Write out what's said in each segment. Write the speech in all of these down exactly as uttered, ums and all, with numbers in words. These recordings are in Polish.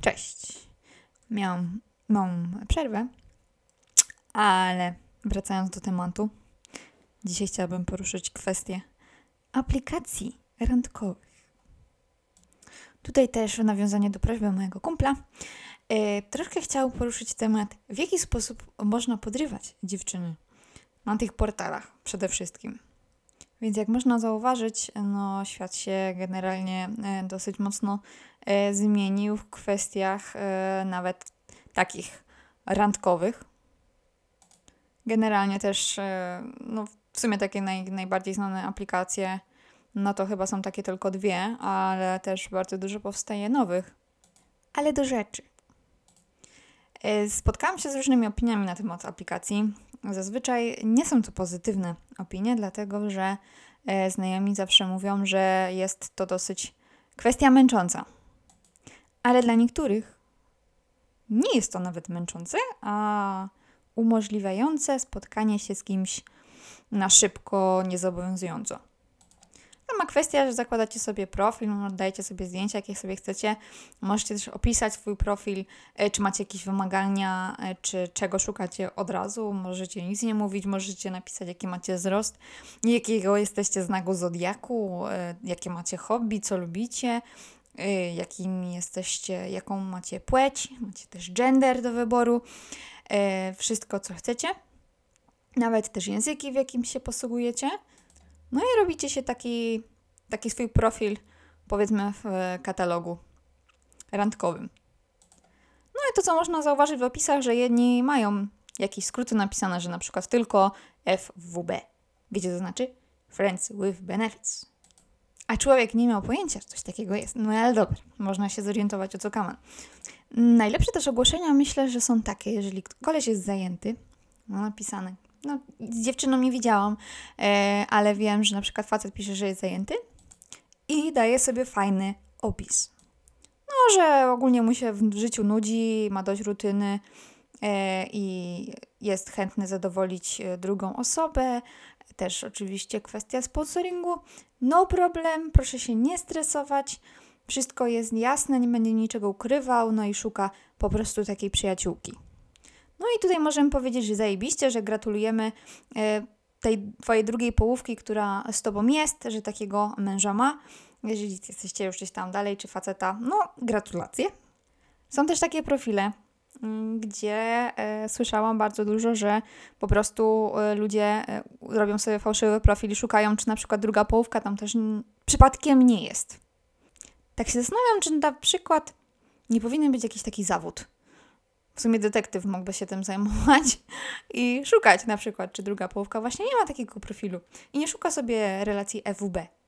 Cześć. Miałam małą przerwę, ale wracając do tematu, dzisiaj chciałabym poruszyć kwestię aplikacji randkowych. Tutaj też w nawiązaniu do prośby mojego kumpla, yy, troszkę chciał poruszyć temat, w jaki sposób można podrywać dziewczyny na tych portalach przede wszystkim. Więc jak można zauważyć, no świat się generalnie e, dosyć mocno e, zmienił w kwestiach e, nawet takich randkowych. Generalnie też, e, no w sumie takie naj, najbardziej znane aplikacje, no to chyba są takie tylko dwie, ale też bardzo dużo powstaje nowych. Ale do rzeczy. E, spotkałam się z różnymi opiniami na temat aplikacji. Zazwyczaj nie są to pozytywne opinie, dlatego że e, znajomi zawsze mówią, że jest to dosyć kwestia męcząca. Ale dla niektórych nie jest to nawet męczące, a umożliwiające spotkanie się z kimś na szybko, niezobowiązująco. Sama kwestia, że zakładacie sobie profil, no, dajecie sobie zdjęcia, jakie sobie chcecie. Możecie też opisać swój profil, e, czy macie jakieś wymagania, e, czy czego szukacie od razu. Możecie nic nie mówić, możecie napisać, jaki macie wzrost, jakiego jesteście znaku zodiaku, e, jakie macie hobby, co lubicie, e, jakim jesteście, jaką macie płeć, macie też gender do wyboru, e, wszystko, co chcecie. Nawet też języki, w jakim się posługujecie. No i robicie się taki, taki swój profil, powiedzmy, w katalogu randkowym. No i to, co można zauważyć w opisach, że jedni mają jakieś skróty napisane, że na przykład tylko F W B. Wiecie, co to znaczy? Friends with Benefits. A człowiek nie miał pojęcia, że coś takiego jest. No ale dobra, można się zorientować, o co kaman. Najlepsze też ogłoszenia myślę, że są takie, jeżeli koleś jest zajęty, ma napisane. No, z dziewczyną nie widziałam, e, ale wiem, że na przykład facet pisze, że jest zajęty i daje sobie fajny opis. No, że ogólnie mu się w życiu nudzi, ma dość rutyny e, i jest chętny zadowolić drugą osobę. Też oczywiście kwestia sponsoringu. No problem, proszę się nie stresować. Wszystko jest jasne, nie będzie niczego ukrywał, no i szuka po prostu takiej przyjaciółki. No i tutaj możemy powiedzieć, że zajebiście, że gratulujemy e, tej twojej drugiej połówki, która z tobą jest, że takiego męża ma. Jeżeli jesteście już gdzieś tam dalej, czy faceta, no gratulacje. Są też takie profile, m, gdzie e, słyszałam bardzo dużo, że po prostu e, ludzie e, robią sobie fałszywy profil i szukają, czy na przykład druga połówka tam też n- przypadkiem nie jest. Tak się zastanawiam, czy na przykład nie powinien być jakiś taki zawód. W sumie detektyw mógłby się tym zajmować i szukać na przykład, czy druga połówka właśnie nie ma takiego profilu i nie szuka sobie relacji F W B.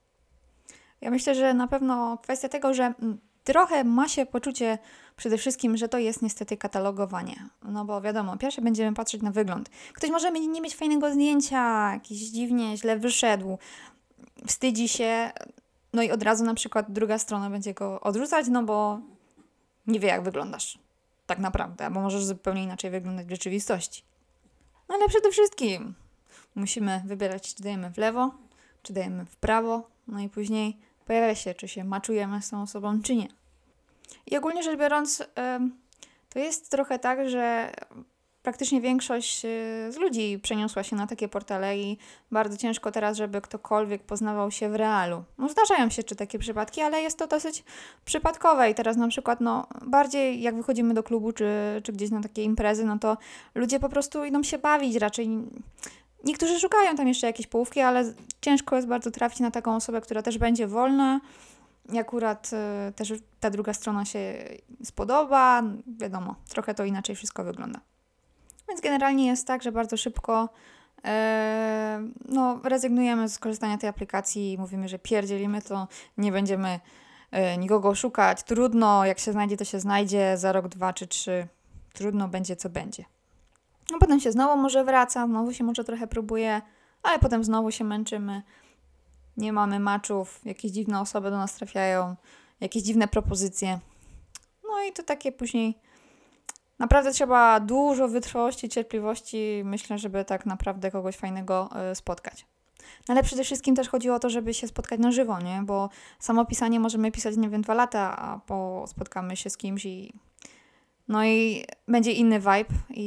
Ja myślę, że na pewno kwestia tego, że trochę ma się poczucie przede wszystkim, że to jest niestety katalogowanie. No bo wiadomo, pierwsze będziemy patrzeć na wygląd. Ktoś może nie mieć fajnego zdjęcia, jakiś dziwnie, źle wyszedł, wstydzi się, no i od razu na przykład druga strona będzie go odrzucać, no bo nie wie, jak wyglądasz. Tak naprawdę, albo możesz zupełnie inaczej wyglądać w rzeczywistości. No ale przede wszystkim musimy wybierać, czy dajemy w lewo, czy dajemy w prawo, no i później pojawia się, czy się maczujemy z tą osobą, czy nie. I ogólnie rzecz biorąc, to jest trochę tak, że praktycznie większość z ludzi przeniosła się na takie portale i bardzo ciężko teraz, żeby ktokolwiek poznawał się w realu. No zdarzają się czy takie przypadki, ale jest to dosyć przypadkowe i teraz na przykład no bardziej jak wychodzimy do klubu czy, czy gdzieś na takie imprezy, no to ludzie po prostu idą się bawić raczej. Niektórzy szukają tam jeszcze jakieś połówki, ale ciężko jest bardzo trafić na taką osobę, która też będzie wolna i akurat y, też ta druga strona się spodoba. Wiadomo, trochę to inaczej wszystko wygląda. Więc generalnie jest tak, że bardzo szybko e, no, rezygnujemy z korzystania tej aplikacji i mówimy, że pierdzielimy to, nie będziemy e, nikogo szukać, trudno, jak się znajdzie, to się znajdzie, za rok, dwa czy trzy, trudno, będzie co będzie. No potem się znowu może wraca, znowu się może trochę próbuje, ale potem znowu się męczymy, nie mamy maczów, jakieś dziwne osoby do nas trafiają, jakieś dziwne propozycje. No i to takie później... Naprawdę trzeba dużo wytrwałości i cierpliwości, myślę, żeby tak naprawdę kogoś fajnego y, spotkać. No ale przede wszystkim też chodziło o to, żeby się spotkać na żywo, nie? Bo samo pisanie możemy pisać, nie wiem, dwa lata, a po spotkamy się z kimś i No i będzie inny vibe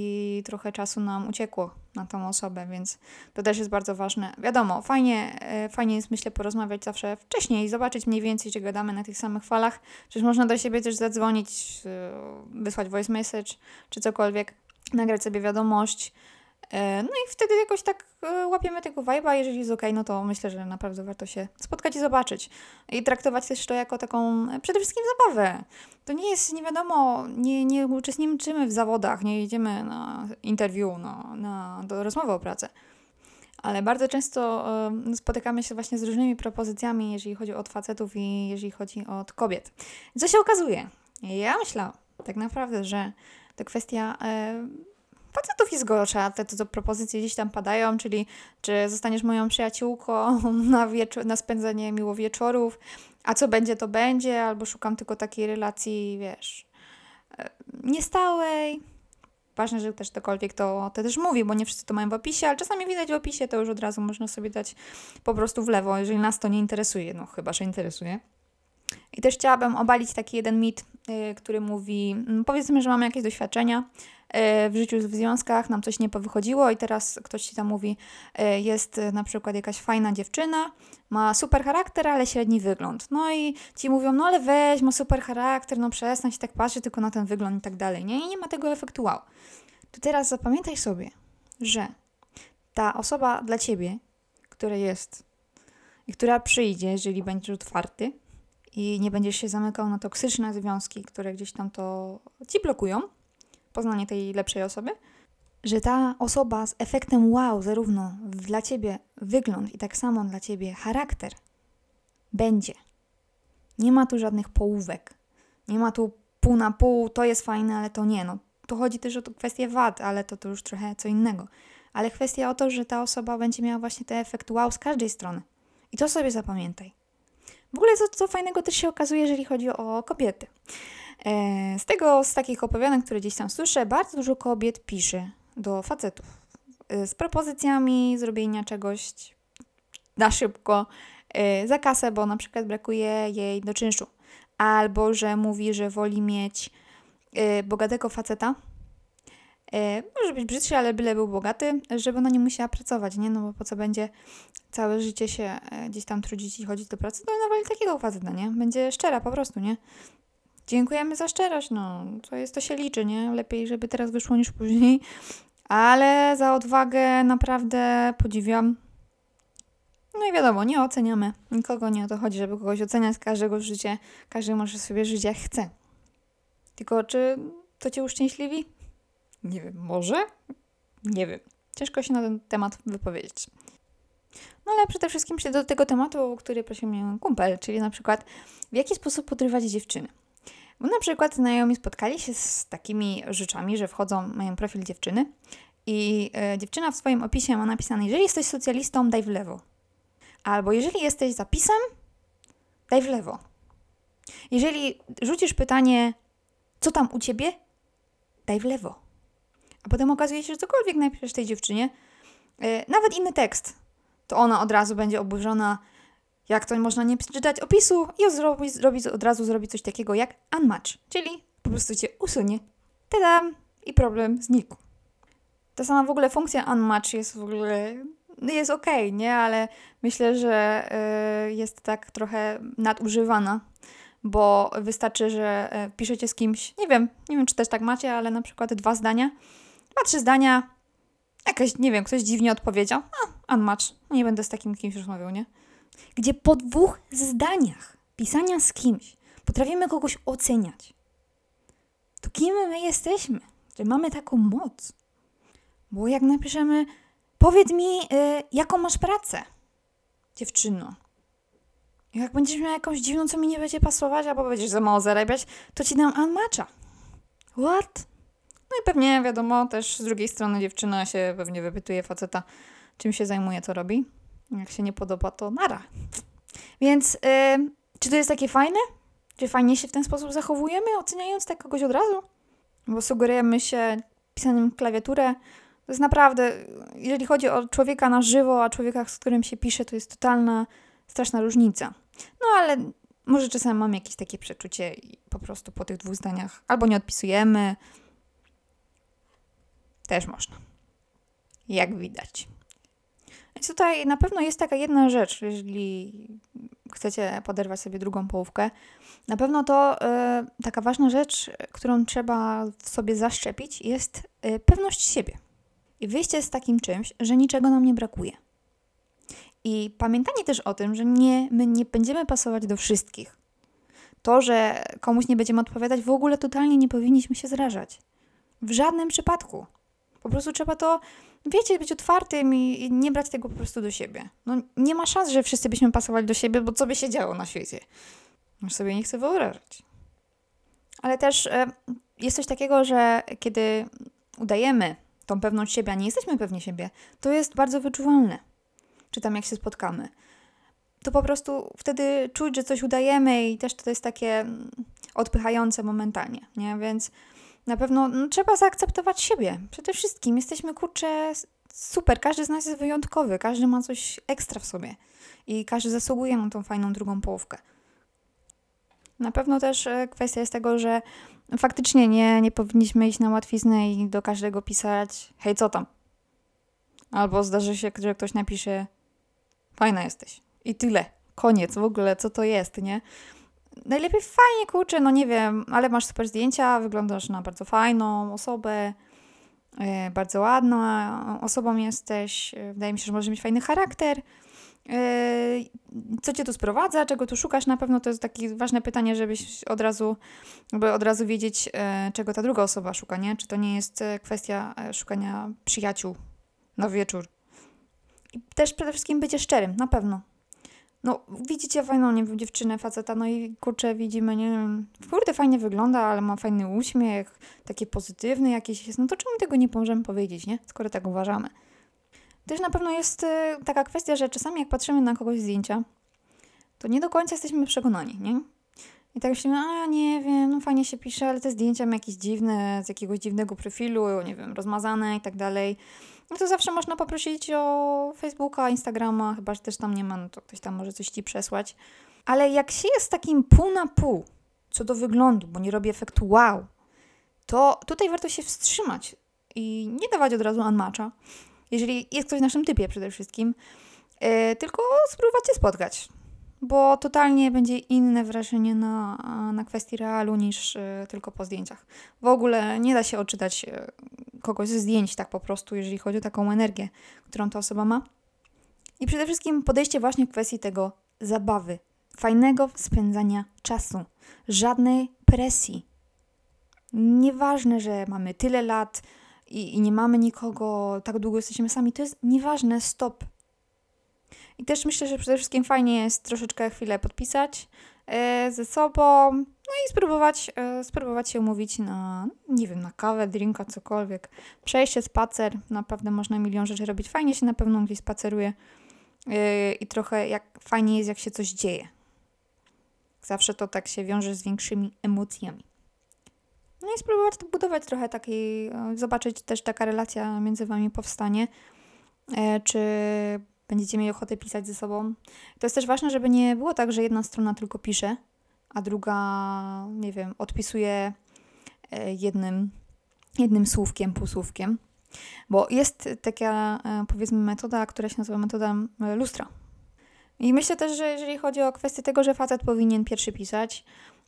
i trochę czasu nam uciekło na tą osobę, więc to też jest bardzo ważne. Wiadomo, fajnie, e, fajnie jest, myślę, porozmawiać zawsze wcześniej i zobaczyć mniej więcej, czy gadamy na tych samych falach. Przecież można do siebie też zadzwonić, e, wysłać voice message, czy cokolwiek, nagrać sobie wiadomość. E, No i wtedy jakoś tak e, łapiemy tego vibe'a, jeżeli jest okej, no to myślę, że naprawdę warto się spotkać i zobaczyć. I traktować też to jako taką e, przede wszystkim zabawę. To nie jest, nie wiadomo, nie, nie uczestniczymy w zawodach, nie jedziemy na interview, no, na, do rozmowy o pracę. Ale bardzo często e, spotykamy się właśnie z różnymi propozycjami, jeżeli chodzi od facetów i jeżeli chodzi od kobiet. Co się okazuje? Ja myślałam tak naprawdę, że to kwestia e, facetów jest gorsza, te to, propozycje gdzieś tam padają, czyli czy zostaniesz moją przyjaciółką na, wieczo- na spędzenie miło wieczorów, a co będzie, to będzie, albo szukam tylko takiej relacji, wiesz, e, niestałej. Ważne, że też ktokolwiek to, to też mówi, bo nie wszyscy to mają w opisie, ale czasami widać w opisie, to już od razu można sobie dać po prostu w lewo, jeżeli nas to nie interesuje, no chyba, że interesuje. I też chciałabym obalić taki jeden mit, yy, który mówi, mm, powiedzmy, że mamy jakieś doświadczenia yy, w życiu, w związkach, nam coś nie powychodziło i teraz ktoś ci tam mówi, yy, jest yy, na przykład jakaś fajna dziewczyna, ma super charakter, ale średni wygląd. No i ci mówią, no ale weź, ma super charakter, no przestań się tak patrzeć tylko na ten wygląd i tak dalej, nie? I nie ma tego efektu wow. To teraz zapamiętaj sobie, że ta osoba dla ciebie, która jest i która przyjdzie, jeżeli będziesz otwarty, i nie będziesz się zamykał na toksyczne związki, które gdzieś tam to ci blokują, poznanie tej lepszej osoby, że ta osoba z efektem wow, zarówno dla ciebie wygląd i tak samo dla ciebie charakter, będzie. Nie ma tu żadnych połówek. Nie ma tu pół na pół, to jest fajne, ale to nie. No, tu chodzi też o kwestię wad, ale to, to już trochę co innego. Ale kwestia o to, że ta osoba będzie miała właśnie ten efekt wow z każdej strony. I to sobie zapamiętaj. W ogóle co, co fajnego też się okazuje, jeżeli chodzi o kobiety. E, z tego, z takich opowiadań, które gdzieś tam słyszę, bardzo dużo kobiet pisze do facetów e, z propozycjami zrobienia czegoś na szybko, e, za kasę, bo na przykład brakuje jej do czynszu. Albo, że mówi, że woli mieć e, bogatego faceta. E, może być brzydszy, ale byle był bogaty, żeby ona nie musiała pracować, nie? No bo po co będzie całe życie się e, gdzieś tam trudzić i chodzić do pracy, to ona woli takiego faceta, nie? Będzie szczera po prostu, nie? Dziękujemy za szczerość, no. To jest, to się liczy, nie? Lepiej, żeby teraz wyszło niż później. Ale za odwagę naprawdę podziwiam. No i wiadomo, nie oceniamy. Nikogo nie o to chodzi, żeby kogoś oceniać, każdego życie. Każdy może sobie żyć jak chce. Tylko czy to cię uszczęśliwi? Nie wiem, może? Nie wiem. Ciężko się na ten temat wypowiedzieć. No ale przede wszystkim przejdę do tego tematu, o który prosił mnie kumpel, czyli na przykład w jaki sposób podrywać dziewczyny. Bo na przykład znajomi spotkali się z takimi rzeczami, że wchodzą, mają profil dziewczyny i e, dziewczyna w swoim opisie ma napisane, jeżeli jesteś socjalistą, daj w lewo. Albo jeżeli jesteś zapisem, daj w lewo. Jeżeli rzucisz pytanie, co tam u ciebie, daj w lewo. A potem okazuje się, że cokolwiek napiszesz tej dziewczynie, e, nawet inny tekst, to ona od razu będzie oburzona, jak to można nie przeczytać opisu i zrobi, zrobi, od razu zrobi coś takiego jak unmatch, czyli po prostu cię usunie. Tadam! I problem znikł. Ta sama w ogóle funkcja unmatch jest w ogóle, jest okej, okay, nie? Ale myślę, że y, jest tak trochę nadużywana, bo wystarczy, że y, piszecie z kimś, nie wiem, nie wiem czy też tak macie, ale na przykład dwa zdania, dwa, trzy zdania, jakaś, nie wiem, ktoś dziwnie odpowiedział, a, unmatch, nie będę z takim kimś rozmawiał, nie? Gdzie po dwóch zdaniach pisania z kimś potrafimy kogoś oceniać, to kim my jesteśmy? Że mamy taką moc? Bo jak napiszemy, powiedz mi, yy, jaką masz pracę, dziewczyno. Jak będziesz miała jakąś dziwną, co mi nie będzie pasować, albo będziesz za mało zarabiać, to ci dam unmatcha. What? No i pewnie, wiadomo, też z drugiej strony dziewczyna się pewnie wypytuje faceta, czym się zajmuje, co robi. Jak się nie podoba, to nara. Więc yy, czy to jest takie fajne? Czy fajnie się w ten sposób zachowujemy, oceniając tak kogoś od razu? Bo sugerujemy się pisaniem klawiaturę. To jest naprawdę, jeżeli chodzi o człowieka na żywo, a człowieka, z którym się pisze, to jest totalna, straszna różnica. No ale Może czasem mam jakieś takie przeczucie i po prostu po tych dwóch zdaniach albo nie odpisujemy. Też można. Jak widać. Więc tutaj na pewno jest taka jedna rzecz, jeżeli chcecie poderwać sobie drugą połówkę. Na pewno to y, taka ważna rzecz, którą trzeba w sobie zaszczepić, jest y, pewność siebie. I wyjście z takim czymś, że niczego nam nie brakuje. I pamiętanie też o tym, że nie, my nie będziemy pasować do wszystkich. To, że komuś nie będziemy odpowiadać, w ogóle totalnie nie powinniśmy się zrażać. W żadnym przypadku. Po prostu trzeba to, wiecie, być otwartym i, i nie brać tego po prostu do siebie. No nie ma szans, że wszyscy byśmy pasowali do siebie, bo co by się działo na świecie? Już sobie nie chcę wyobrażać. Ale też e, jest coś takiego, że kiedy udajemy tą pewność siebie, a nie jesteśmy pewni siebie, to jest bardzo wyczuwalne. Czy tam jak się spotkamy. To po prostu wtedy czuć, że coś udajemy i też to jest takie odpychające momentalnie, nie? Więc na pewno no, trzeba zaakceptować siebie. Przede wszystkim jesteśmy, kurczę, super. Każdy z nas jest wyjątkowy. Każdy ma coś ekstra w sobie. I każdy zasługuje na tą fajną drugą połówkę. Na pewno też kwestia jest tego, że faktycznie nie, nie powinniśmy iść na łatwiznę i do każdego pisać hej, co tam? Albo zdarzy się, że ktoś napisze fajna jesteś. I tyle. Koniec. W ogóle co to jest, nie? Najlepiej fajnie, kurczę, no nie wiem, ale masz super zdjęcia, wyglądasz na bardzo fajną osobę, yy, bardzo ładna osobą jesteś, yy, wydaje mi się, że możesz mieć fajny charakter. Yy, co cię tu sprowadza, czego tu szukasz? Na pewno to jest takie ważne pytanie, żebyś od razu, żeby od razu wiedzieć, yy, czego ta druga osoba szuka, nie? Czy to nie jest yy, kwestia yy, szukania przyjaciół na wieczór. I też przede wszystkim bycie szczerym, na pewno. No, widzicie fajną, nie wiem, dziewczynę, faceta, no i kurczę, widzimy, nie wiem, kurde, fajnie wygląda, ale ma fajny uśmiech, taki pozytywny jakiś jest, no to czemu tego nie możemy powiedzieć, nie? Skoro tak uważamy. Też na pewno jest y, taka kwestia, że czasami jak patrzymy na kogoś zdjęcia, to nie do końca jesteśmy przekonani, nie? I tak myślimy, a nie wiem, no fajnie się pisze, ale te zdjęcia ma jakieś dziwne, z jakiegoś dziwnego profilu, nie wiem, rozmazane i tak dalej. No to zawsze można poprosić o Facebooka, Instagrama, chyba że też tam nie ma, no to ktoś tam może coś ci przesłać. Ale jak się jest takim pół na pół, co do wyglądu, bo nie robi efektu wow, to tutaj warto się wstrzymać i nie dawać od razu unmatcha, jeżeli jest ktoś w naszym typie przede wszystkim, yy, tylko spróbować się spotkać. Bo totalnie będzie inne wrażenie na, na kwestii realu niż y, tylko po zdjęciach. W ogóle nie da się odczytać y, kogoś ze zdjęć tak po prostu, jeżeli chodzi o taką energię, którą ta osoba ma. I przede wszystkim podejście właśnie w kwestii tego zabawy, fajnego spędzania czasu, żadnej presji. Nieważne, że mamy tyle lat i, i nie mamy nikogo, tak długo jesteśmy sami, to jest nieważne, stop. I też myślę, że przede wszystkim fajnie jest troszeczkę chwilę podpisać e, ze sobą, no i spróbować, e, spróbować się umówić na, nie wiem, na kawę, drinka, cokolwiek. Przejście, spacer, naprawdę można milion rzeczy robić. Fajnie się na pewno gdzieś spaceruje e, i trochę jak fajnie jest, jak się coś dzieje. Zawsze to tak się wiąże z większymi emocjami. No i spróbować to budować trochę takiej, e, zobaczyć też taka relacja między wami powstanie, e, czy będziecie mieli ochotę pisać ze sobą. To jest też ważne, żeby nie było tak, że jedna strona tylko pisze, a druga, nie wiem, odpisuje jednym, jednym słówkiem, półsłówkiem. Bo jest taka, powiedzmy, metoda, która się nazywa metoda lustra. I myślę też, że jeżeli chodzi o kwestię tego, że facet powinien pierwszy pisać,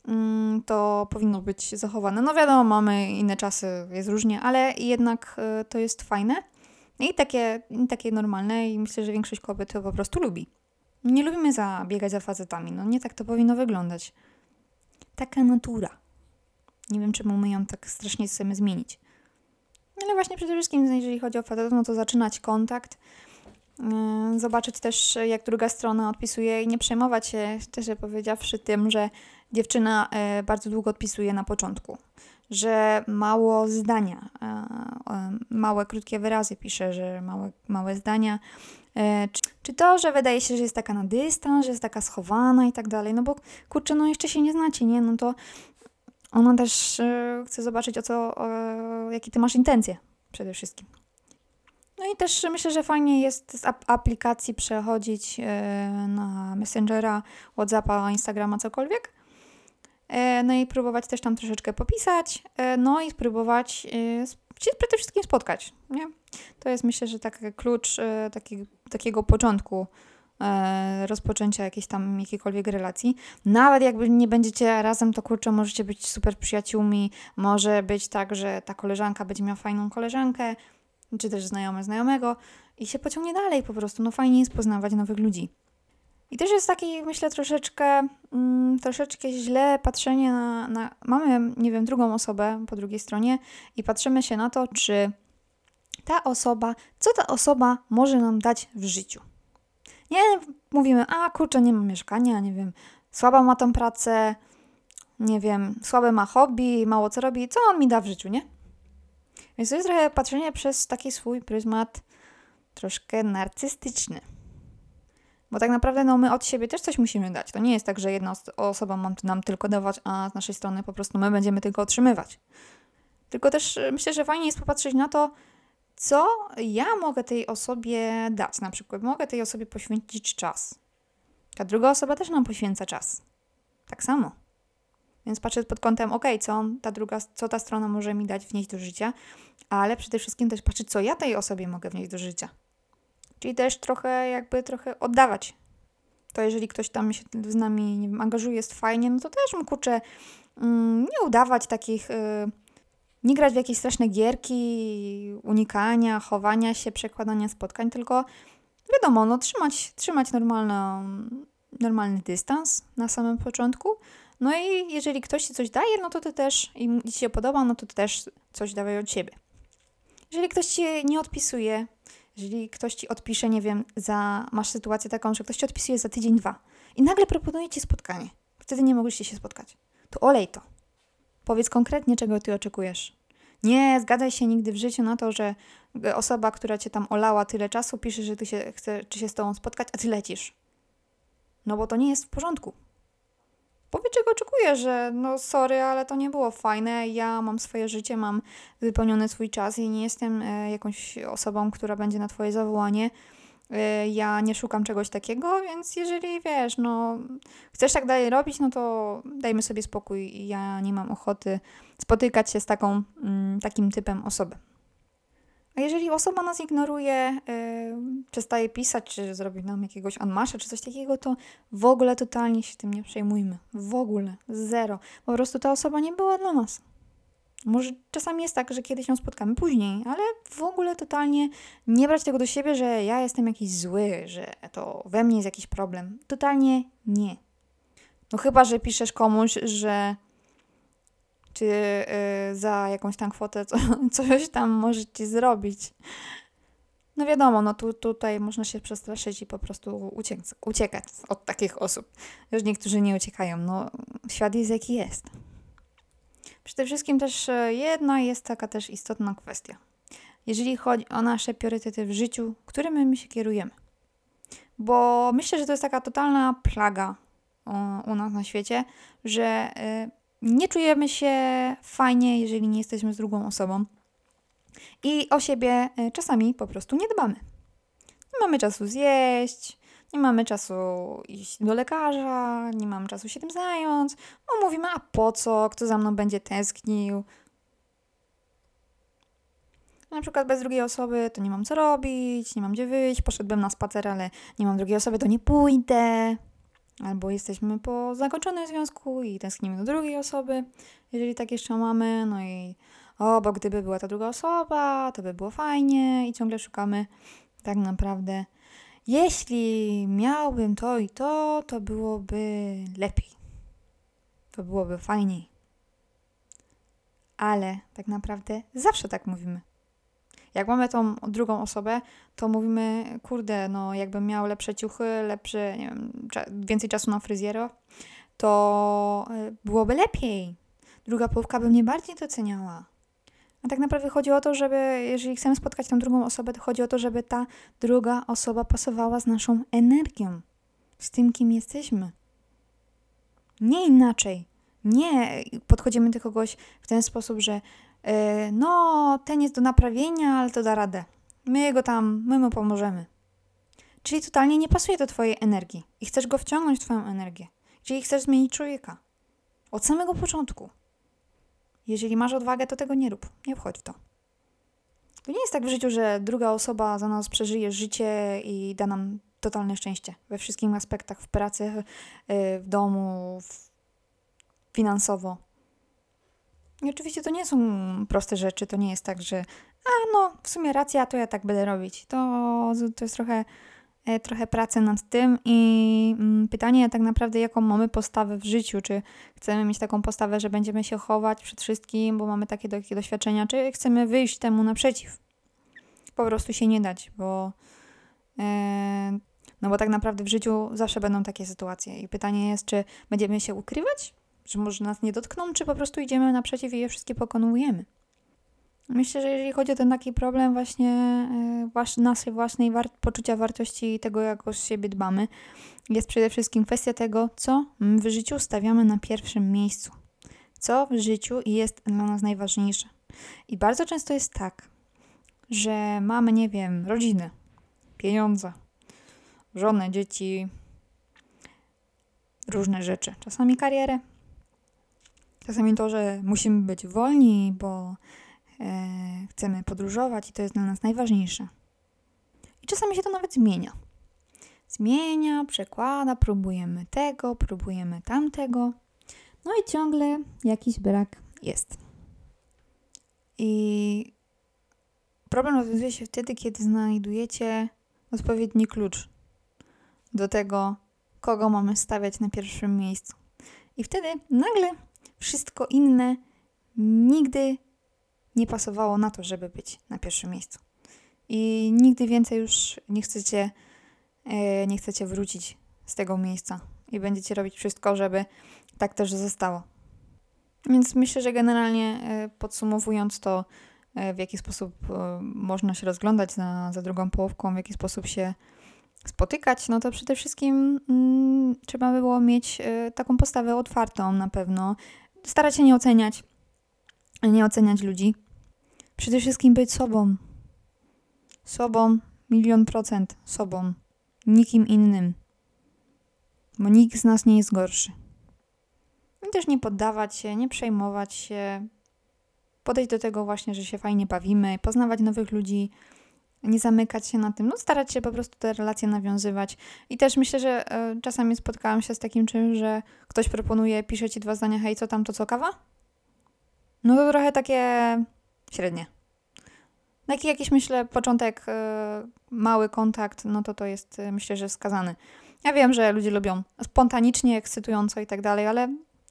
to powinno być zachowane. No wiadomo, mamy inne czasy, jest różnie, ale jednak to jest fajne. I takie, i takie normalne i myślę, że większość kobiet to po prostu lubi. Nie lubimy zabiegać za facetami, no nie tak to powinno wyglądać. Taka natura. Nie wiem, czemu my ją tak strasznie chcemy zmienić. Ale właśnie przede wszystkim, jeżeli chodzi o facetów, no to zaczynać kontakt, yy, zobaczyć też, jak druga strona odpisuje i nie przejmować się, szczerze powiedziawszy, tym, że dziewczyna yy, bardzo długo odpisuje na początku. Że mało zdania, małe, krótkie wyrazy pisze, że małe, małe zdania. Czy, czy to, że wydaje się, że jest taka na dystans, że jest taka schowana i tak dalej, no bo kurczę, no jeszcze się nie znacie, nie? No to ona też chce zobaczyć, o co, o, jakie ty masz intencje przede wszystkim. No No i też myślę, że fajnie jest z ap- aplikacji przechodzić e, na Messengera, WhatsAppa, Instagrama, cokolwiek. E, no i próbować też tam troszeczkę popisać, e, no i spróbować e, się przede wszystkim spotkać, nie? To jest myślę, że taki klucz e, taki, takiego początku e, rozpoczęcia jakiejś tam jakiejkolwiek relacji. Nawet jakby nie będziecie razem, to kurczę, możecie być super przyjaciółmi, może być tak, że ta koleżanka będzie miała fajną koleżankę, czy też znajomy znajomego i się pociągnie dalej po prostu. No fajnie jest poznawać nowych ludzi. I też jest taki, myślę, troszeczkę, mm, troszeczkę źle patrzenie na, na... Mamy, nie wiem, drugą osobę po drugiej stronie i patrzymy się na to, czy ta osoba, co ta osoba może nam dać w życiu. Nie mówimy, a kurczę, nie ma mieszkania, nie wiem, słaba ma tą pracę, nie wiem, słabe ma hobby, mało co robi, co on mi da w życiu, nie? Więc to jest trochę patrzenie przez taki swój pryzmat troszkę narcystyczny. Bo tak naprawdę no, my od siebie też coś musimy dać. To nie jest tak, że jedna osoba ma nam tylko dawać, a z naszej strony po prostu my będziemy tylko otrzymywać. Tylko też myślę, że fajnie jest popatrzeć na to, co ja mogę tej osobie dać. Na przykład mogę tej osobie poświęcić czas. Ta druga osoba też nam poświęca czas. Tak samo. Więc patrzę pod kątem, okej, okay, co on, ta druga, co ta strona może mi dać, wnieść do życia, ale przede wszystkim też patrzeć, co ja tej osobie mogę wnieść do życia. Czyli też trochę jakby trochę oddawać. To jeżeli ktoś tam się z nami, nie wiem, angażuje, jest fajnie, no to też mu kurczę mm, nie udawać takich, y, nie grać w jakieś straszne gierki, unikania, chowania się, przekładania spotkań, tylko wiadomo, no trzymać, trzymać normalno, normalny dystans na samym początku. No i jeżeli ktoś ci coś daje, no to ty też, i ci się podoba, no to ty też coś dawaj od siebie. Jeżeli ktoś ci nie odpisuje, jeżeli ktoś ci odpisze, nie wiem, za, masz sytuację taką, że ktoś ci odpisuje za tydzień, dwa i nagle proponuje ci spotkanie, wtedy nie mogliście się spotkać, to olej to. Powiedz konkretnie, czego ty oczekujesz. Nie zgadzaj się nigdy w życiu na to, że osoba, która cię tam olała tyle czasu, pisze, że ty się chce, czy się z tobą spotkać, a ty lecisz. No bo to nie jest w porządku. Powiedz, czego oczekujesz, że no sorry, ale to nie było fajne, ja mam swoje życie, mam wypełniony swój czas i nie jestem e, jakąś osobą, która będzie na twoje zawołanie. E, ja nie szukam czegoś takiego, więc jeżeli wiesz, no chcesz tak dalej robić, no to dajmy sobie spokój. Ja nie mam ochoty spotykać się z taką, mm, takim typem osoby. A jeżeli osoba nas ignoruje, yy, przestaje pisać, czy zrobi nam jakiegoś unmasha, czy coś takiego, to w ogóle totalnie się tym nie przejmujmy. W ogóle. Zero. Po prostu ta osoba nie była dla nas. Może czasami jest tak, że kiedyś ją spotkamy później, ale w ogóle totalnie nie brać tego do siebie, że ja jestem jakiś zły, że to we mnie jest jakiś problem. Totalnie nie. No chyba, że piszesz komuś, że czy y, za jakąś tam kwotę co, coś tam może ci zrobić. No wiadomo, no tu, tutaj można się przestraszyć i po prostu uciek uciekać od takich osób. Już niektórzy nie uciekają, no świat jest jaki jest. Przede wszystkim też jedna jest taka też istotna kwestia. Jeżeli chodzi o nasze priorytety w życiu, którymi my się kierujemy. Bo myślę, że to jest taka totalna plaga u, u nas na świecie, że y, nie czujemy się fajnie, jeżeli nie jesteśmy z drugą osobą. I o siebie czasami po prostu nie dbamy. Nie mamy czasu zjeść, nie mamy czasu iść do lekarza, nie mamy czasu się tym zająć. No mówimy, a po co? Kto za mną będzie tęsknił? Na przykład bez drugiej osoby to nie mam co robić, nie mam gdzie wyjść, poszedłbym na spacer, ale nie mam drugiej osoby, to nie pójdę. Albo jesteśmy po zakończonym związku i tęsknimy do drugiej osoby, jeżeli tak jeszcze mamy, no i o, bo gdyby była ta druga osoba, to by było fajnie i ciągle szukamy tak naprawdę. Jeśli miałbym to i to, to byłoby lepiej. To byłoby fajniej. Ale tak naprawdę zawsze tak mówimy. Jak mamy tą drugą osobę, to mówimy, kurde, no jakbym miał lepsze ciuchy, lepsze, nie wiem, cza- więcej czasu na fryzjera, to byłoby lepiej. Druga połówka by mnie bardziej doceniała. A tak naprawdę chodzi o to, żeby, jeżeli chcemy spotkać tą drugą osobę, to chodzi o to, żeby ta druga osoba pasowała z naszą energią, z tym, kim jesteśmy. Nie inaczej. Nie podchodzimy do kogoś w ten sposób, że yy, no, ten jest do naprawienia, ale to da radę. My go tam, my mu pomożemy. Czyli totalnie nie pasuje do twojej energii i chcesz go wciągnąć w twoją energię. Czyli chcesz zmienić człowieka. Od samego początku. Jeżeli masz odwagę, to tego nie rób. Nie wchodź w to. To nie jest tak w życiu, że druga osoba za nas przeżyje życie i da nam totalne szczęście. We wszystkich aspektach. W pracy, w domu, w... finansowo. I oczywiście to nie są proste rzeczy. To nie jest tak, że a no, w sumie racja, to ja tak będę robić. To, to jest trochę, trochę pracy nad tym i mm, pytanie tak naprawdę, jaką mamy postawę w życiu. Czy chcemy mieć taką postawę, że będziemy się chować przed wszystkim, bo mamy takie, takie doświadczenia, czy chcemy wyjść temu naprzeciw. Po prostu się nie dać, bo e, no bo tak naprawdę w życiu zawsze będą takie sytuacje. I pytanie jest, czy będziemy się ukrywać? Czy może nas nie dotkną, czy po prostu idziemy naprzeciw i je wszystkie pokonujemy? Myślę, że jeżeli chodzi o ten taki problem właśnie e, was, naszej własnej war- poczucia wartości i tego, jak o siebie dbamy, jest przede wszystkim kwestia tego, co w życiu stawiamy na pierwszym miejscu. Co w życiu jest dla nas najważniejsze. I bardzo często jest tak, że mamy, nie wiem, rodzinę, pieniądze, żonę, dzieci, różne rzeczy. Czasami karierę, czasami to, że musimy być wolni, bo e, chcemy podróżować i to jest dla nas najważniejsze. I czasami się to nawet zmienia. Zmienia, przekłada, próbujemy tego, próbujemy tamtego. No i ciągle jakiś brak jest. I problem rozwiązuje się wtedy, kiedy znajdujecie odpowiedni klucz do tego, kogo mamy stawiać na pierwszym miejscu. I wtedy nagle wszystko inne nigdy nie pasowało na to, żeby być na pierwszym miejscu. I nigdy więcej już nie chcecie, e, nie chcecie wrócić z tego miejsca. I będziecie robić wszystko, żeby tak też zostało. Więc myślę, że generalnie e, podsumowując to, e, w jaki sposób e, można się rozglądać za, za drugą połówką, w jaki sposób się spotykać, no to przede wszystkim mm, trzeba było mieć y, taką postawę otwartą na pewno. Starać się nie oceniać, nie oceniać ludzi. Przede wszystkim być sobą. Sobą, milion procent sobą. Nikim innym. Bo nikt z nas nie jest gorszy. I też nie poddawać się, nie przejmować się. Podejść do tego właśnie, że się fajnie bawimy, poznawać nowych ludzi, nie zamykać się na tym, no starać się po prostu te relacje nawiązywać. I też myślę, że y, czasami spotkałam się z takim czymś, że ktoś proponuje, pisze ci dwa zdania, hej, co tam, to co, kawa? No to trochę takie średnie. Taki jakiś, myślę, początek, y, mały kontakt, no to to jest, y, myślę, że skazany. Ja wiem, że ludzie lubią spontanicznie, ekscytująco i tak dalej, ale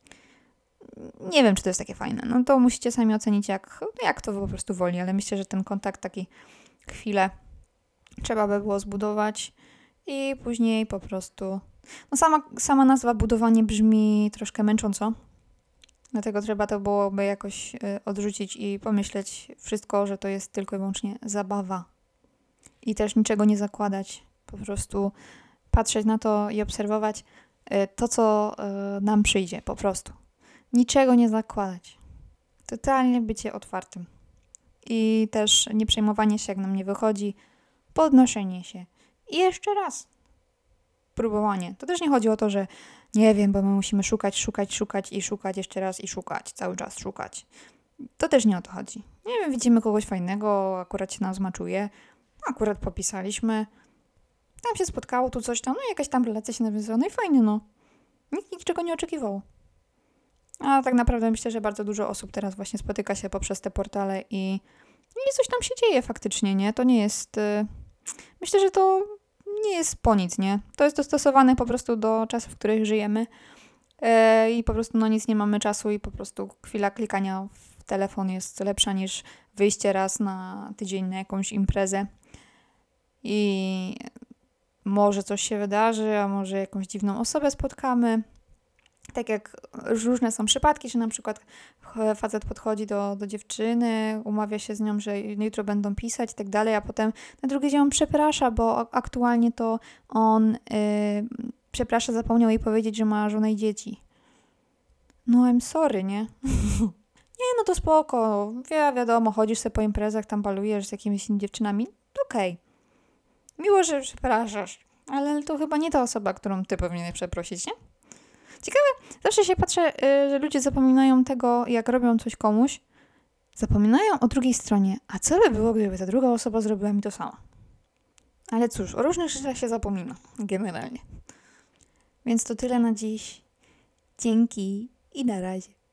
nie wiem, czy to jest takie fajne. No to musicie sami ocenić, jak, jak to po prostu woli, ale myślę, że ten kontakt taki chwilę trzeba by było zbudować i później po prostu... No sama, sama nazwa budowanie brzmi troszkę męcząco, dlatego trzeba to byłoby jakoś y, odrzucić i pomyśleć wszystko, że to jest tylko i wyłącznie zabawa. I też niczego nie zakładać, po prostu patrzeć na to i obserwować y, to, co y, nam przyjdzie, po prostu. Niczego nie zakładać. Totalnie bycie otwartym. I też nie przejmowanie się, jak nam nie wychodzi, podnoszenie się. I jeszcze raz. Próbowanie. To też nie chodzi o to, że nie wiem, bo my musimy szukać, szukać, szukać i szukać jeszcze raz i szukać. Cały czas szukać. To też nie o to chodzi. Nie wiem, widzimy kogoś fajnego, akurat się nam zmaczuje, akurat popisaliśmy, tam się spotkało, tu coś tam, no jakaś tam relacja się nawiązała, no i fajnie, no. Nikt niczego nie oczekiwał. A tak naprawdę myślę, że bardzo dużo osób teraz właśnie spotyka się poprzez te portale i, i coś tam się dzieje faktycznie, nie? To nie jest... Yy, myślę, że to nie jest po nic, nie? To jest dostosowane po prostu do czasów, w których żyjemy yy, i po prostu no nic nie mamy czasu i po prostu chwila klikania w telefon jest lepsza niż wyjście raz na tydzień na jakąś imprezę i może coś się wydarzy, a może jakąś dziwną osobę spotkamy. Tak jak różne są przypadki, że na przykład facet podchodzi do, do dziewczyny, umawia się z nią, że jutro będą pisać i tak dalej, a potem na drugi dzień on przeprasza, bo aktualnie to on yy, przeprasza, zapomniał jej powiedzieć, że ma żonę i dzieci. No I'm sorry, nie? Nie, no to spoko. Wi- wiadomo, chodzisz sobie po imprezach, tam balujesz z jakimiś dziewczynami. Okej. Miło, że przepraszasz, ale to chyba nie ta osoba, którą ty powinieneś przeprosić, nie? Ciekawe, zawsze się patrzę, y, że ludzie zapominają tego, jak robią coś komuś. Zapominają o drugiej stronie. A co by było, gdyby ta druga osoba zrobiła mi to samo? Ale cóż, o różnych rzeczach się zapomina, generalnie. Więc to tyle na dziś. Dzięki i na razie.